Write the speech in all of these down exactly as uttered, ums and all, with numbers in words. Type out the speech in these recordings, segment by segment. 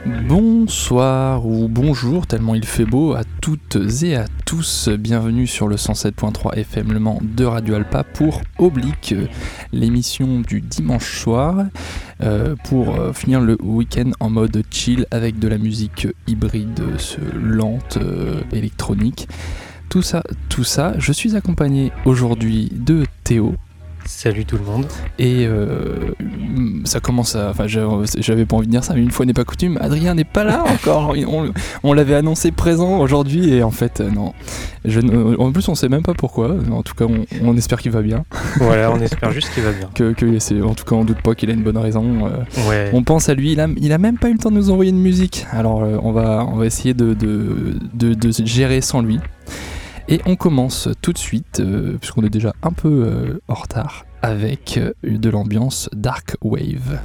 Bonsoir ou bonjour, tellement il fait beau, à toutes et à tous. Bienvenue sur le cent sept point trois F M Le Mans de Radio Alpa pour Oblique, l'émission du dimanche soir, euh, pour euh, finir le week-end en mode chill avec de la musique hybride, euh, lente, euh, électronique. Tout ça, tout ça, je suis accompagné aujourd'hui de Théo. Salut tout le monde. Et euh, ça commence à... Enfin, j'avais pas envie de dire ça, mais une fois n'est pas coutume, Adrien n'est pas là encore. On, on l'avait annoncé présent aujourd'hui et en fait, non. Je, en plus, on sait même pas pourquoi. En tout cas, on, on espère qu'il va bien. Voilà, on espère juste qu'il va bien. que, que c'est, en tout cas, on doute pas qu'il a une bonne raison. Euh, ouais. On pense à lui. Il a, il a même pas eu le temps de nous envoyer de musique. Alors, euh, on, va, on va essayer de, de, de, de gérer sans lui. Et on commence tout de suite, euh, puisqu'on est déjà un peu euh, en retard, avec euh, de l'ambiance Dark Wave.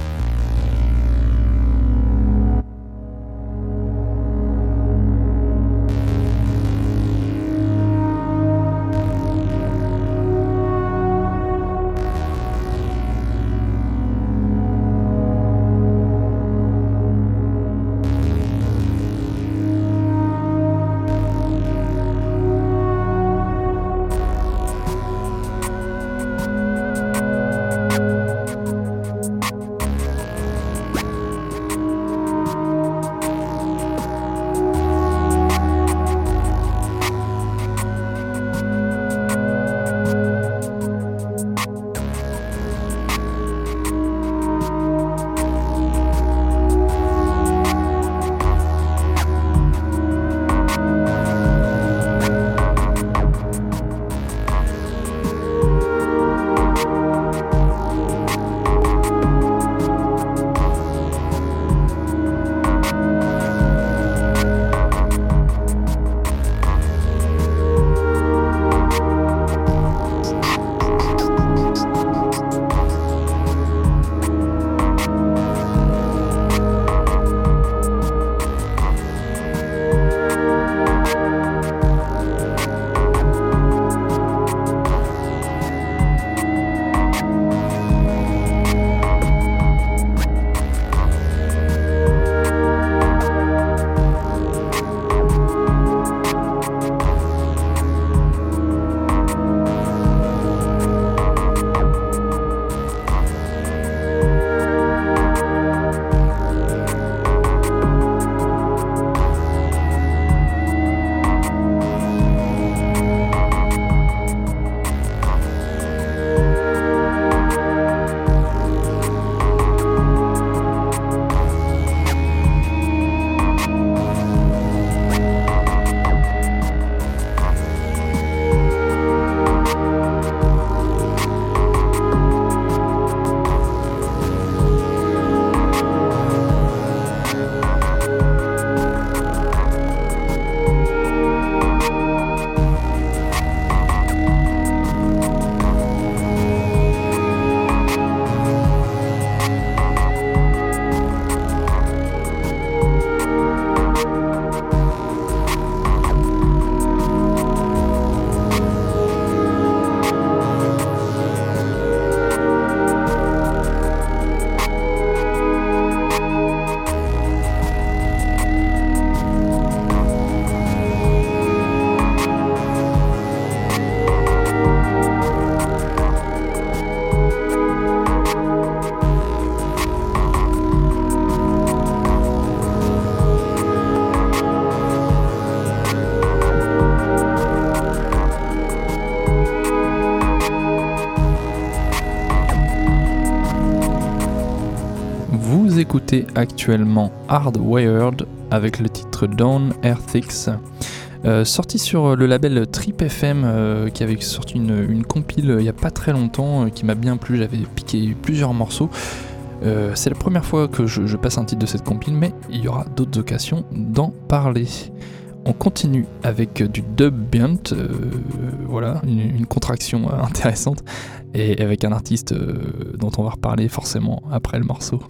Écoutez actuellement Hardwired avec le titre Dawn Earthix, euh, sorti sur le label Trip F M, euh, qui avait sorti une, une compile il n'y a pas très longtemps, euh, qui m'a bien plu. J'avais piqué plusieurs morceaux. Euh, c'est la première fois que je, je passe un titre de cette compile, mais il y aura d'autres occasions d'en parler. On continue avec du dubbiant, euh, voilà, une, une contraction euh, intéressante, et avec un artiste euh, dont on va reparler forcément après le morceau.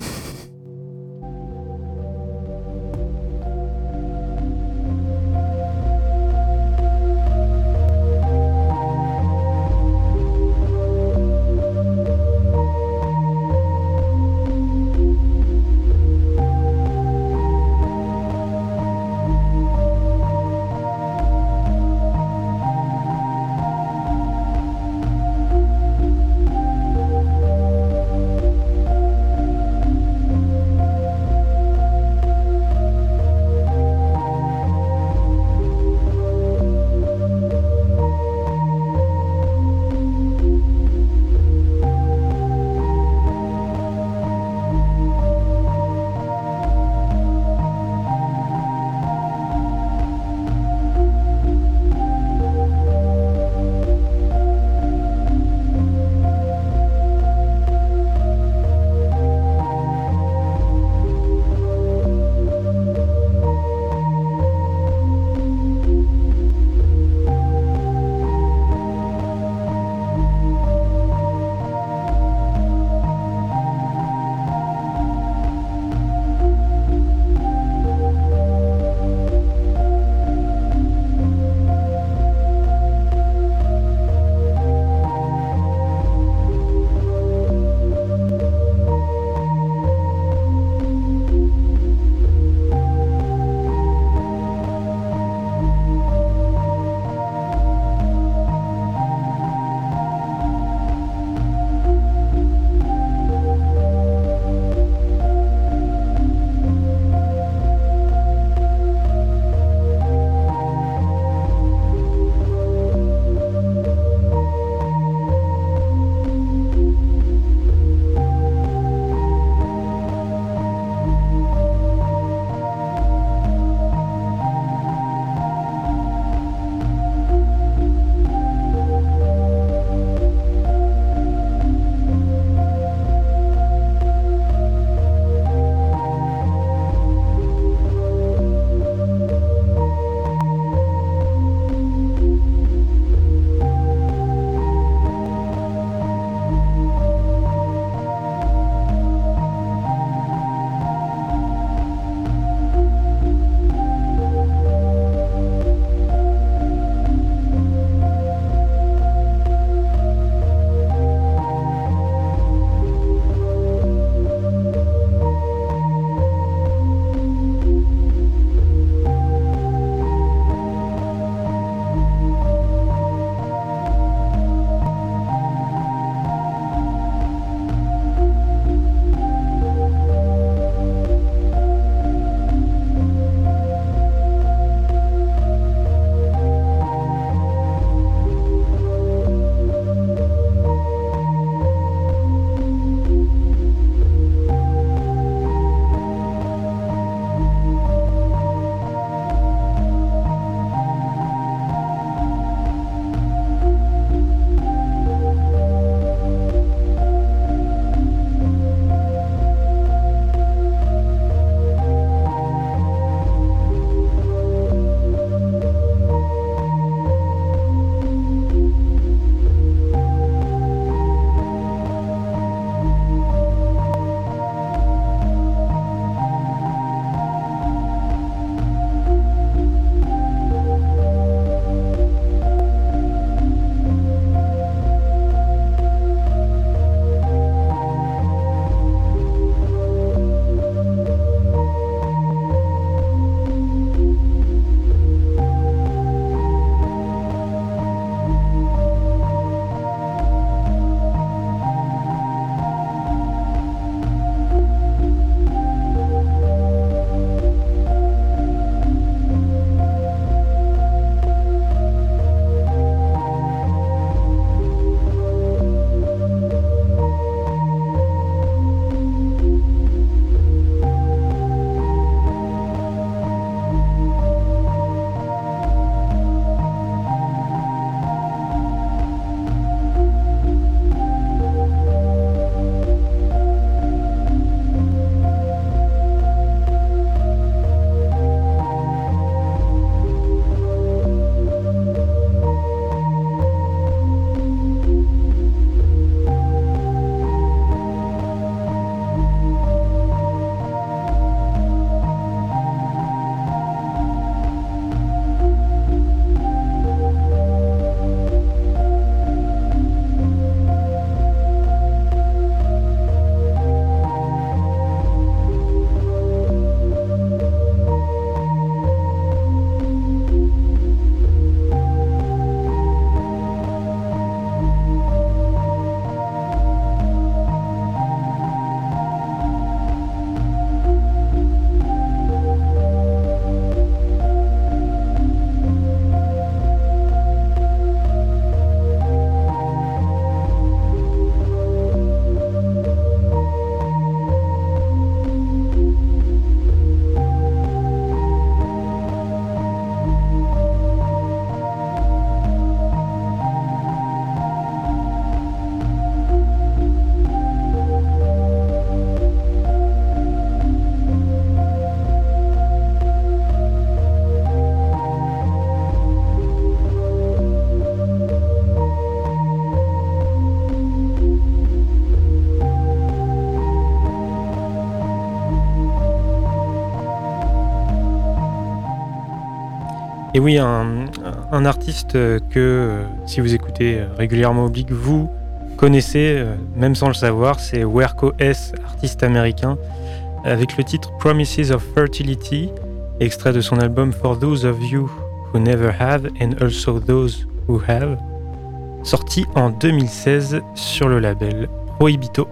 Et oui, un, un artiste que, euh, si vous écoutez régulièrement Oblique, vous connaissez, euh, même sans le savoir, c'est Werco S, artiste américain, avec le titre Promises of Fertility, extrait de son album For Those of You Who Never Have and Also Those Who Have, sorti en deux mille seize sur le label Prohibito.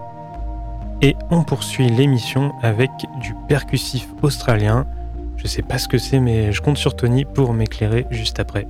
Et on poursuit l'émission avec du percussif australien. Je sais pas ce que c'est, mais je compte sur Tony pour m'éclairer juste après.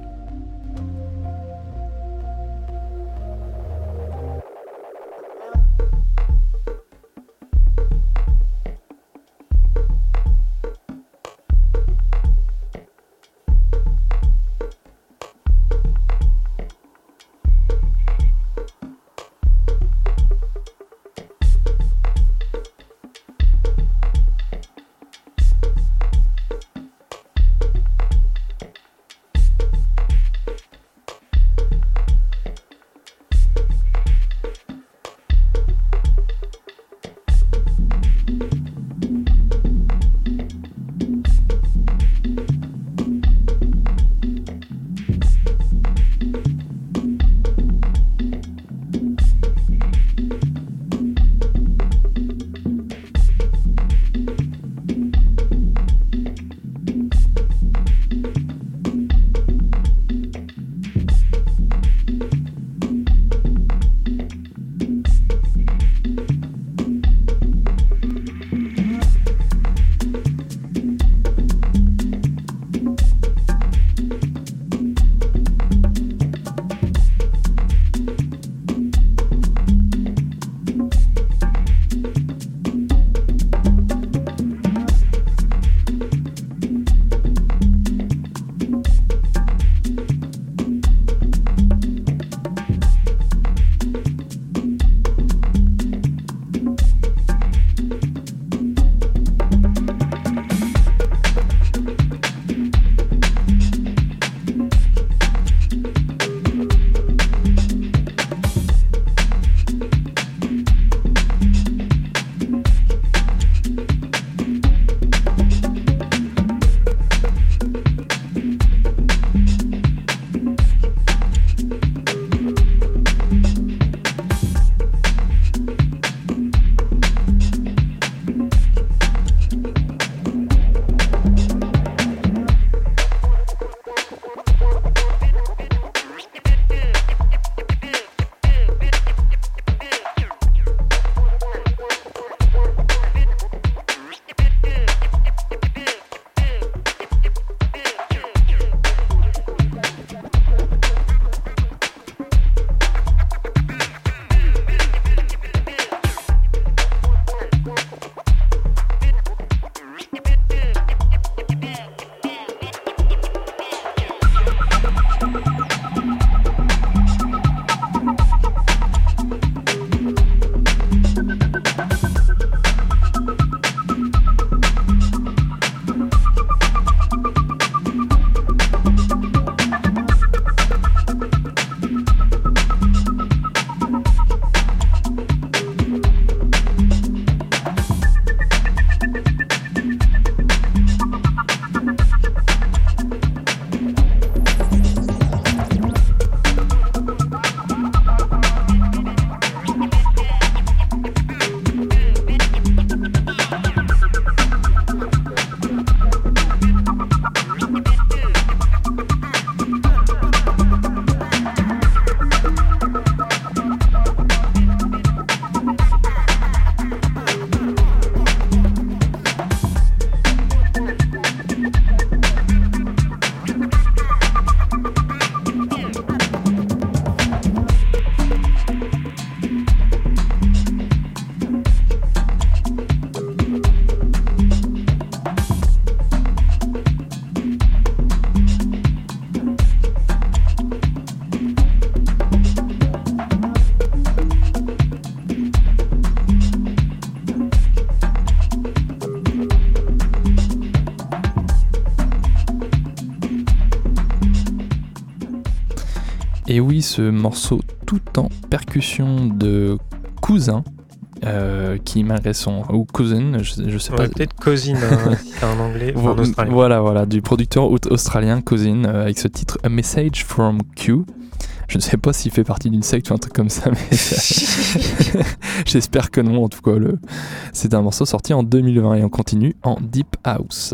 Et oui, ce morceau tout en percussion de Cousin, euh, qui malgré son ou cousin, je, je sais Ouais, pas. peut-être Cousin hein, si c'est en anglais, enfin, en australien. Voilà, voilà, du producteur australien Cousin euh, avec ce titre A Message from Q. Je ne sais pas s'il fait partie d'une secte ou un truc comme ça, mais ça... j'espère que non. En tout cas, le... c'est un morceau sorti en deux mille vingt et on continue en Deep House.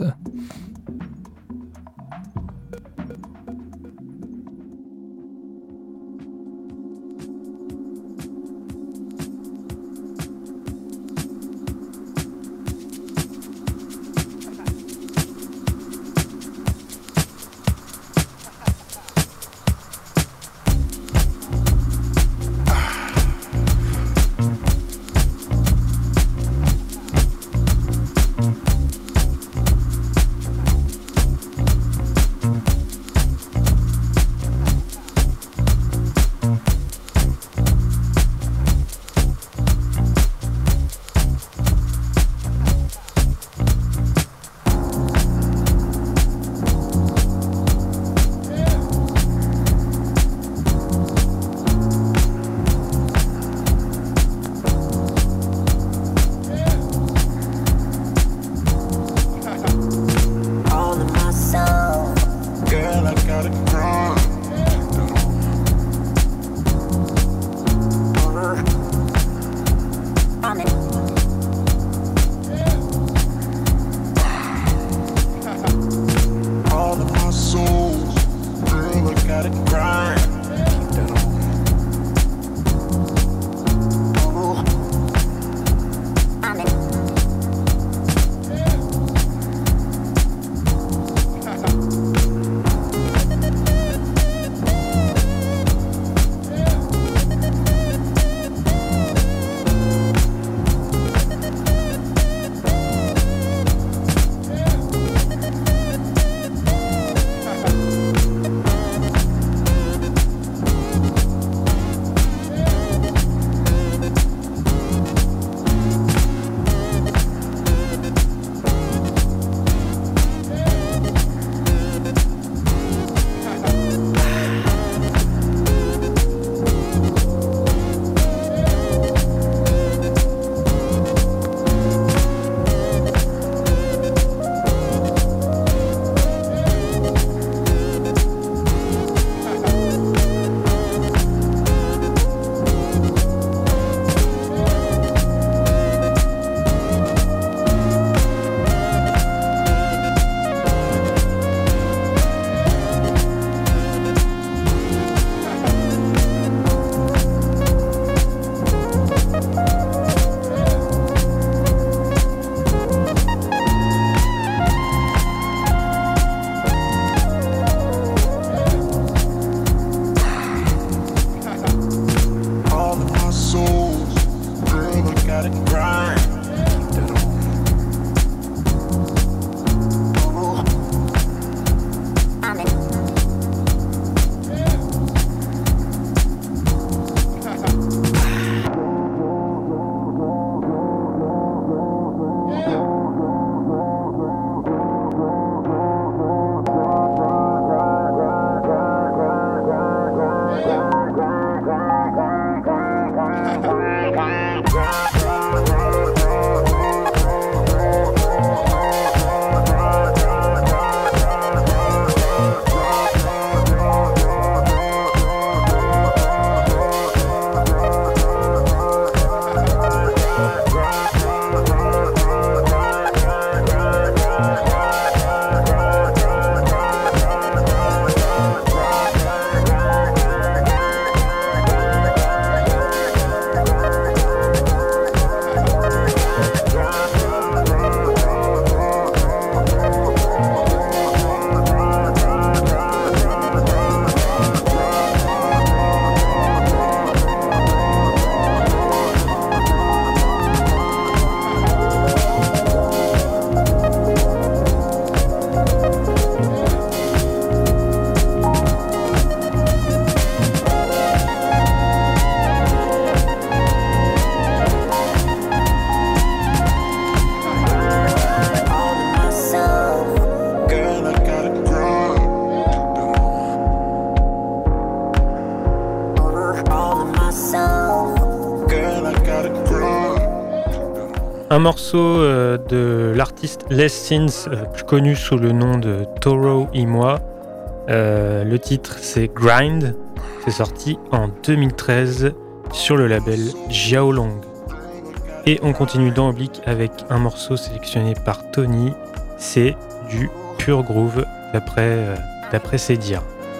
un morceau euh, de l'artiste Les Sins, euh, plus connu sous le nom de Toro y Moi. Euh, le titre c'est Grind, c'est sorti en deux mille treize sur le label Xiaolong. Et on continue dans Oblique avec un morceau sélectionné par Tony, c'est du pur groove d'après, euh, d'après ses dires.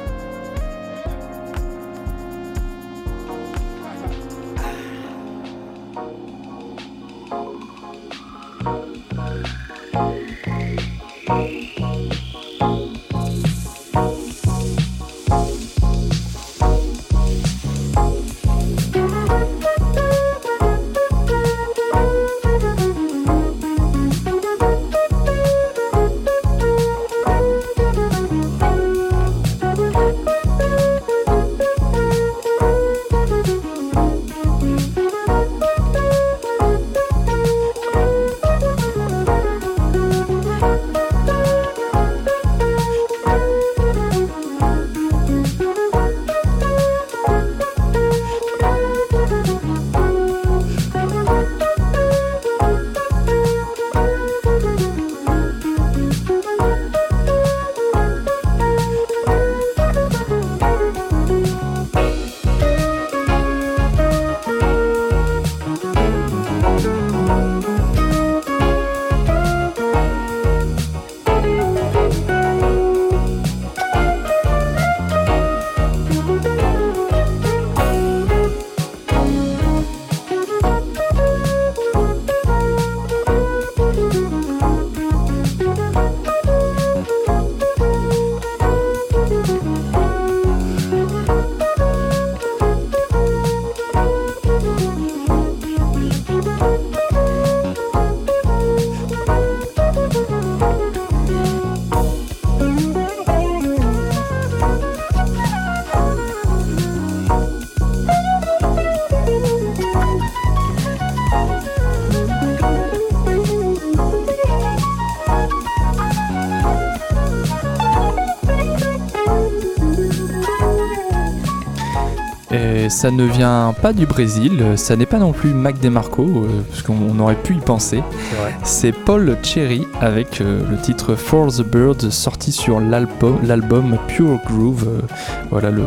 Ça ne vient pas du Brésil, ça n'est pas non plus Mac DeMarco, euh, parce qu'on aurait pu y penser. C'est vrai. C'est Paul Cherry avec euh, le titre For the Birds, sorti sur l'album, l'album Pure Groove. Euh, voilà, le,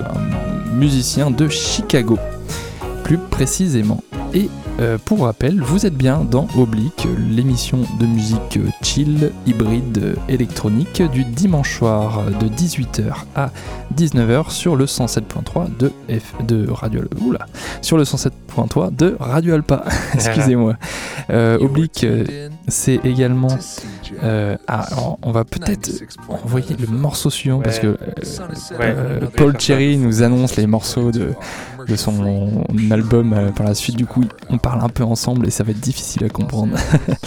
un musicien de Chicago, plus précisément. Et euh, pour rappel, vous êtes bien dans Oblique, l'émission de musique chill, hybride, euh, électronique du dimanche soir de dix-huit heures à dix-neuf heures sur le cent sept point trois de, F, de Radio Oula, sur le cent sept point trois de Radio Alpa. Excusez-moi. Euh, Oblique, euh, c'est également. Euh, ah, alors, on va peut-être envoyer le morceau suivant, ouais, parce que euh, ouais, euh, Paul Cherry nous annonce les morceaux de. de son album euh, par la suite, du coup on parle un peu ensemble et ça va être difficile à comprendre.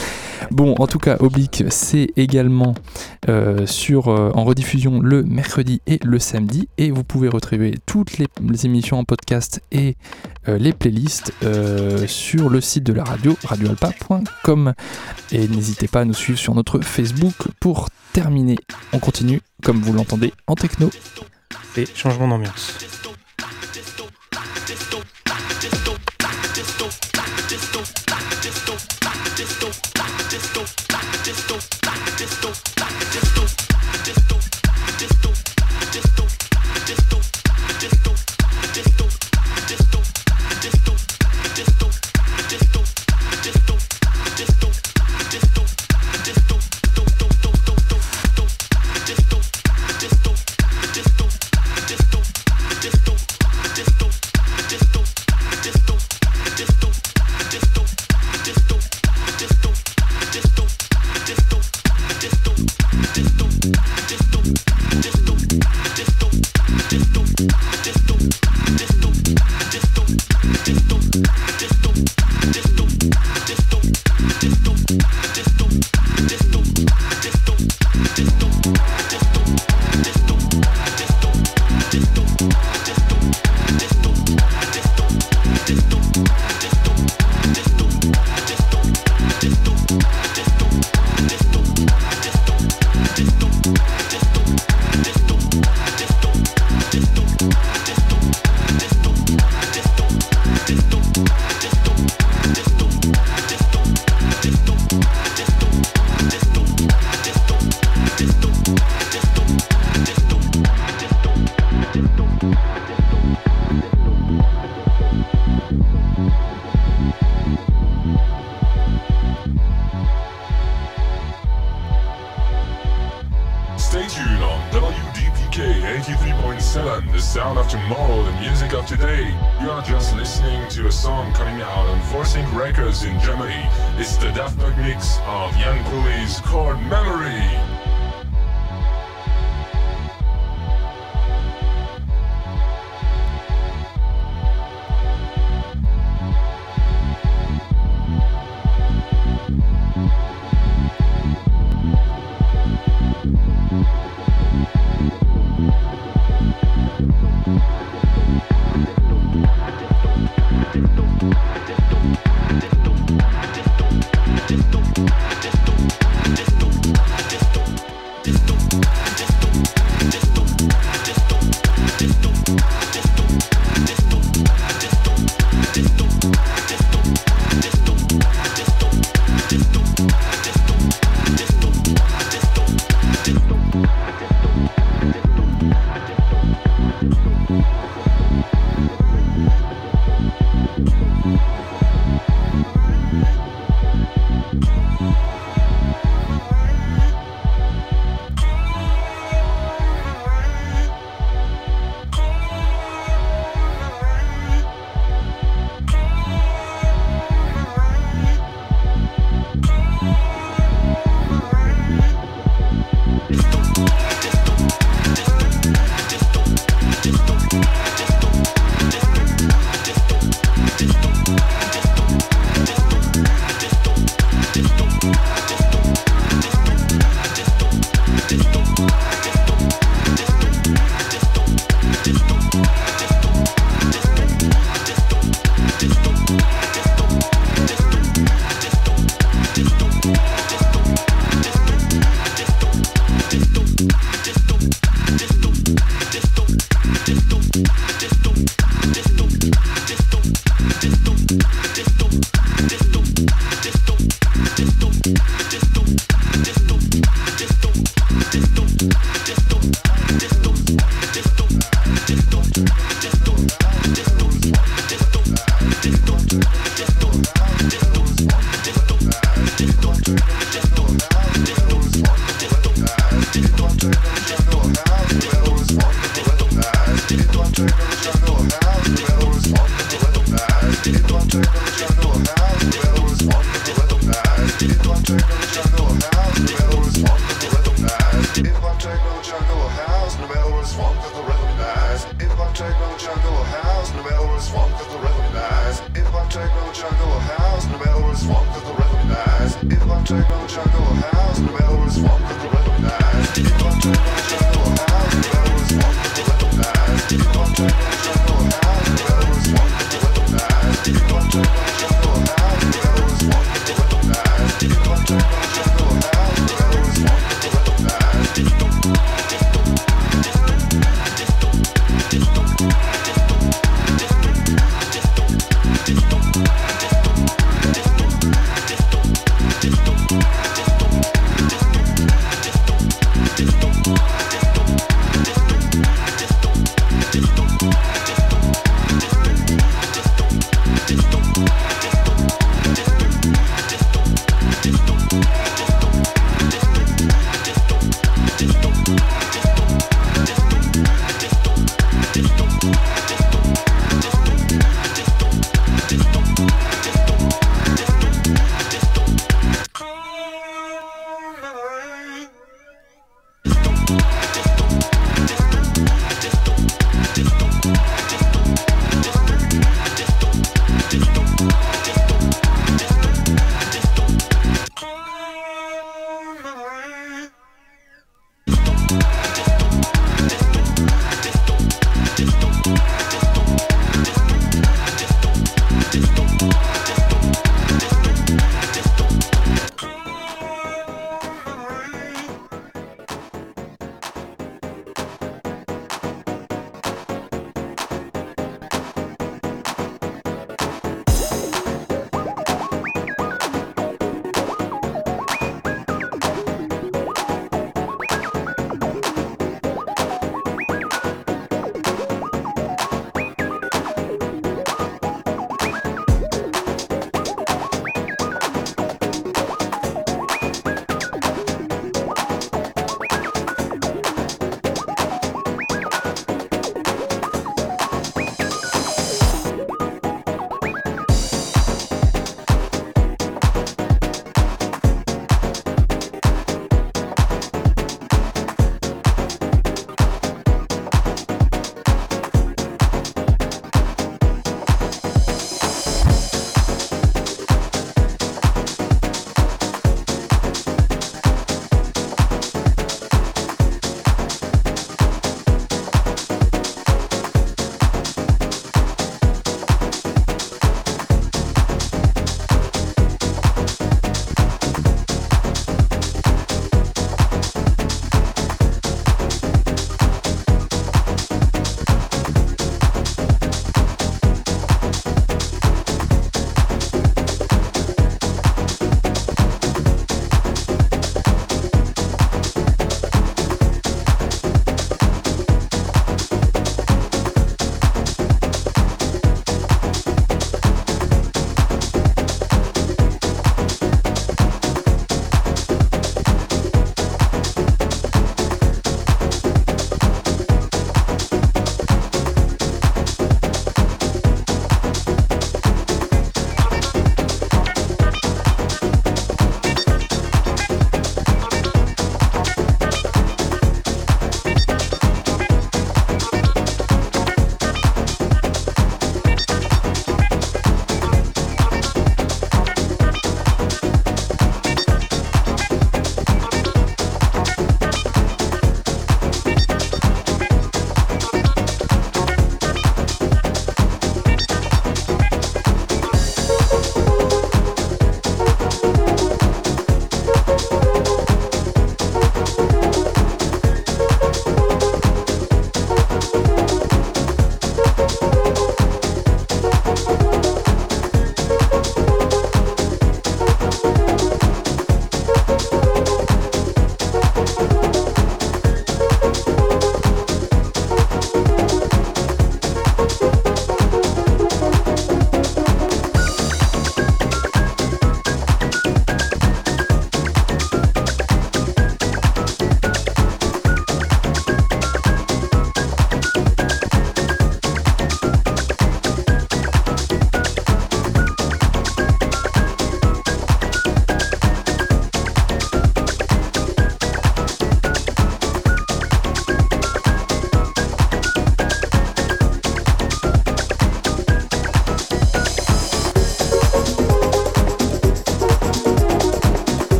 Bon, en tout cas, Oblique, c'est également euh, sur, euh, en rediffusion le mercredi et le samedi, et vous pouvez retrouver toutes les, les émissions en podcast et euh, les playlists euh, sur le site de la radio, radio alpa point com, et n'hésitez pas à nous suivre sur notre Facebook. Pour terminer, on continue, comme vous l'entendez, en techno. Et changement d'ambiance. Stay tuned on W D P K eighty-three point seven, the sound of tomorrow, the music of today. You are just listening to a song coming out on Forcing Records in Germany. It's the Daft Punk mix of Young Pulley's Chord Memory.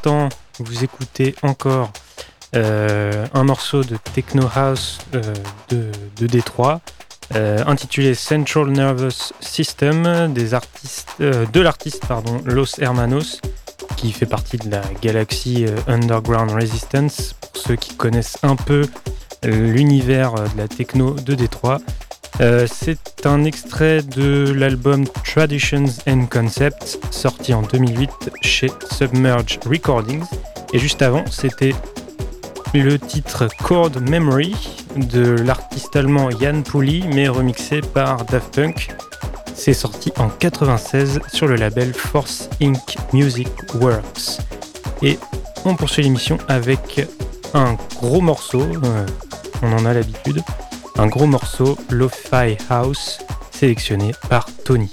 l'instant, vous écoutez encore euh, un morceau de Techno House euh, de, de Détroit, euh, intitulé Central Nervous System, des artistes, euh, de l'artiste pardon, Los Hermanos, qui fait partie de la galaxie euh, Underground Resistance, pour ceux qui connaissent un peu l'univers de la techno de Détroit. Euh, c'est un extrait de l'album Traditions and Concepts, sorti en deux mille huit chez Submerge Recordings. Et juste avant, c'était le titre Chord Memory de l'artiste allemand Jan Pouli, mais remixé par Daft Punk. C'est sorti en quatre-vingt-seize sur le label Force Inc Music Works. Et on poursuit l'émission avec un gros morceau, euh, on en a l'habitude, un gros morceau Lo-Fi House sélectionné par Tony.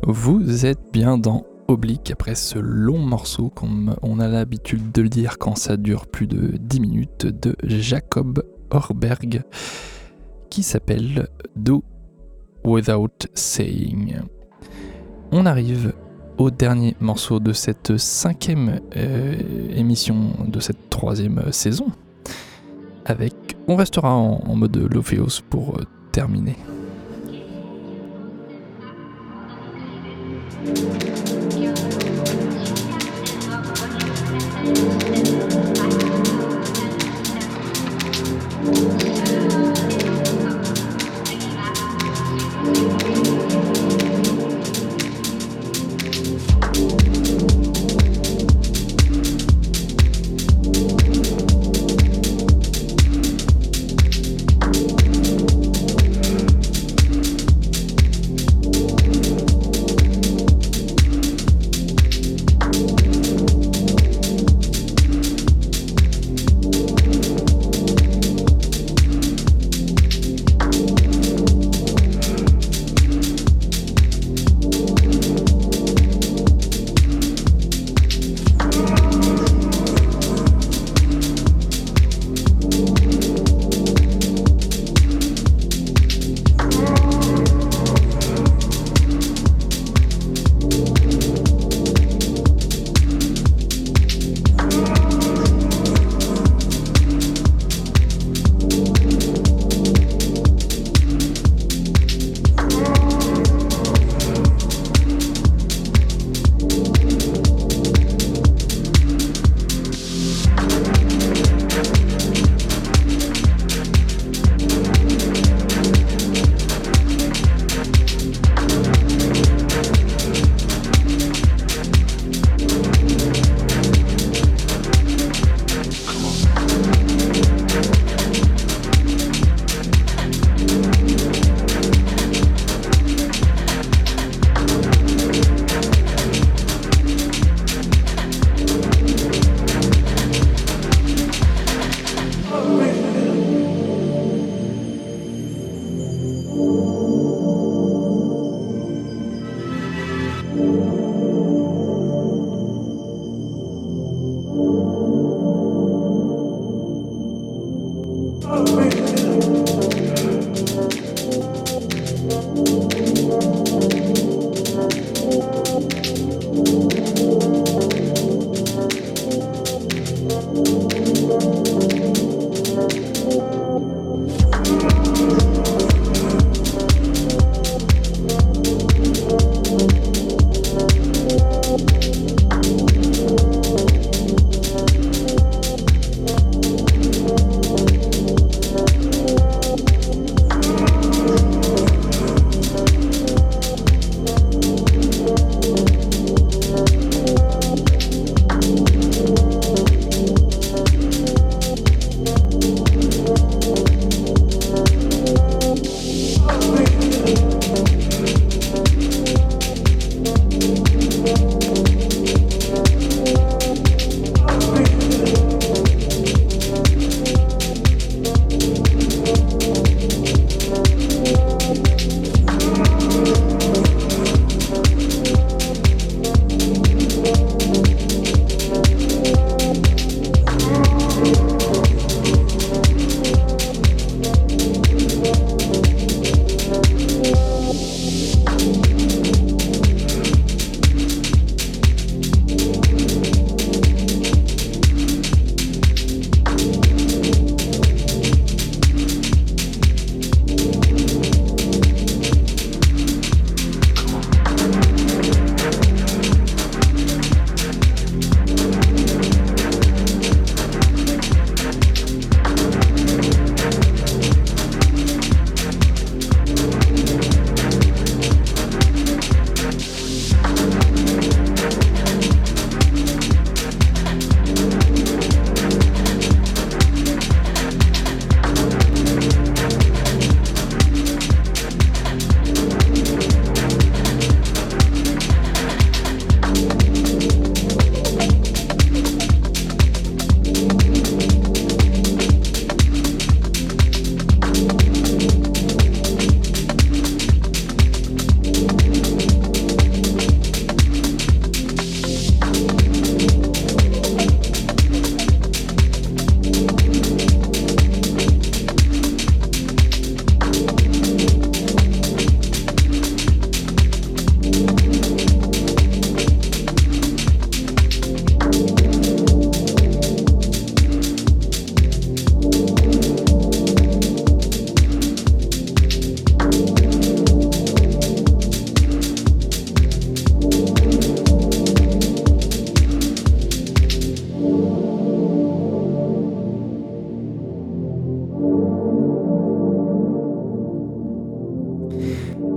vous êtes bien dans Oblique après ce long morceau, comme on a l'habitude de le dire quand ça dure plus de dix minutes, de Jacob Orberg, qui s'appelle Do Without Saying. On arrive au dernier morceau de cette cinquième euh, émission de cette troisième saison, avec, on restera en, en mode Lofeos pour euh, terminer.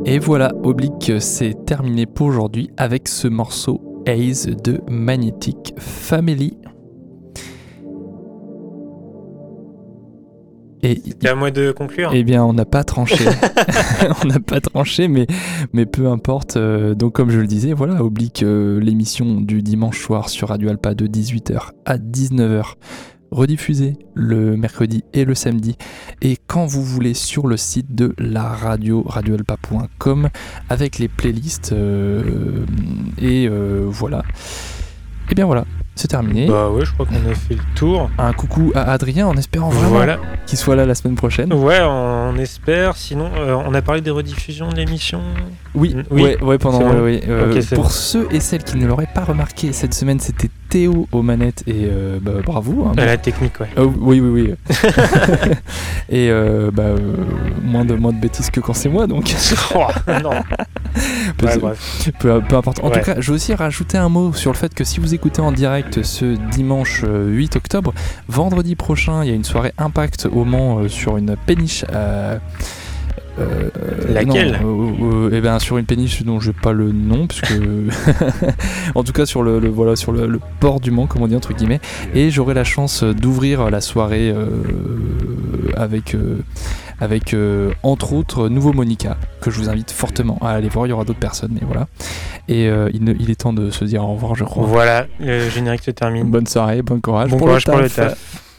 Et voilà, Oblique, c'est terminé pour aujourd'hui avec ce morceau Haze de Magnetic Family. Et c'est à moi de conclure. Eh bien, on n'a pas tranché. on n'a pas tranché, mais, mais peu importe. Euh, donc, comme je le disais, voilà, Oblique, euh, l'émission du dimanche soir sur Radio Alpa de dix-huit heures à dix-neuf heures, rediffusée le mercredi et le samedi. Et quand vous voulez, sur le site de la radio, radio alpa point com, avec les playlists. Euh, et euh, voilà. Et bien voilà. C'est terminé. Bah ouais, je crois qu'on a fait le tour. Un coucou à Adrien en espérant vraiment voilà. qu'il soit là la semaine prochaine. Ouais, on espère. Sinon, euh, on a parlé des rediffusions de l'émission. Oui, oui. Ouais, ouais, pendant. C'est bon. Ouais, euh, okay, pour bon. ceux et celles qui ne l'auraient pas remarqué, cette semaine c'était Théo aux manettes et euh, bah, bravo. Hein, à la technique, ouais. Oh, oui, oui, oui. et euh, bah, euh, moins, de, moins de bêtises que quand c'est moi donc. oh, non. peu, ouais, bref. Peu, peu importe. En ouais. tout cas, je veux aussi rajouter un mot sur le fait que si vous écoutez en direct ce dimanche huit octobre, vendredi prochain, il y a une soirée Impact au Mans euh, sur une péniche. Euh, Euh, Laquelle non, euh, euh, eh ben sur une péniche dont je n'ai pas le nom puisque en tout cas sur le, le voilà sur le, le port du Mans comme on dit entre guillemets, et j'aurai la chance d'ouvrir la soirée euh, avec euh, avec euh, entre autres Nouveau Monica que je vous invite fortement à aller voir. Il y aura d'autres personnes mais voilà, et euh, il, ne, il est temps de se dire au revoir je crois. Voilà, le générique se termine. Bonne soirée, bon courage bon pour, courage le pour le taf. taf.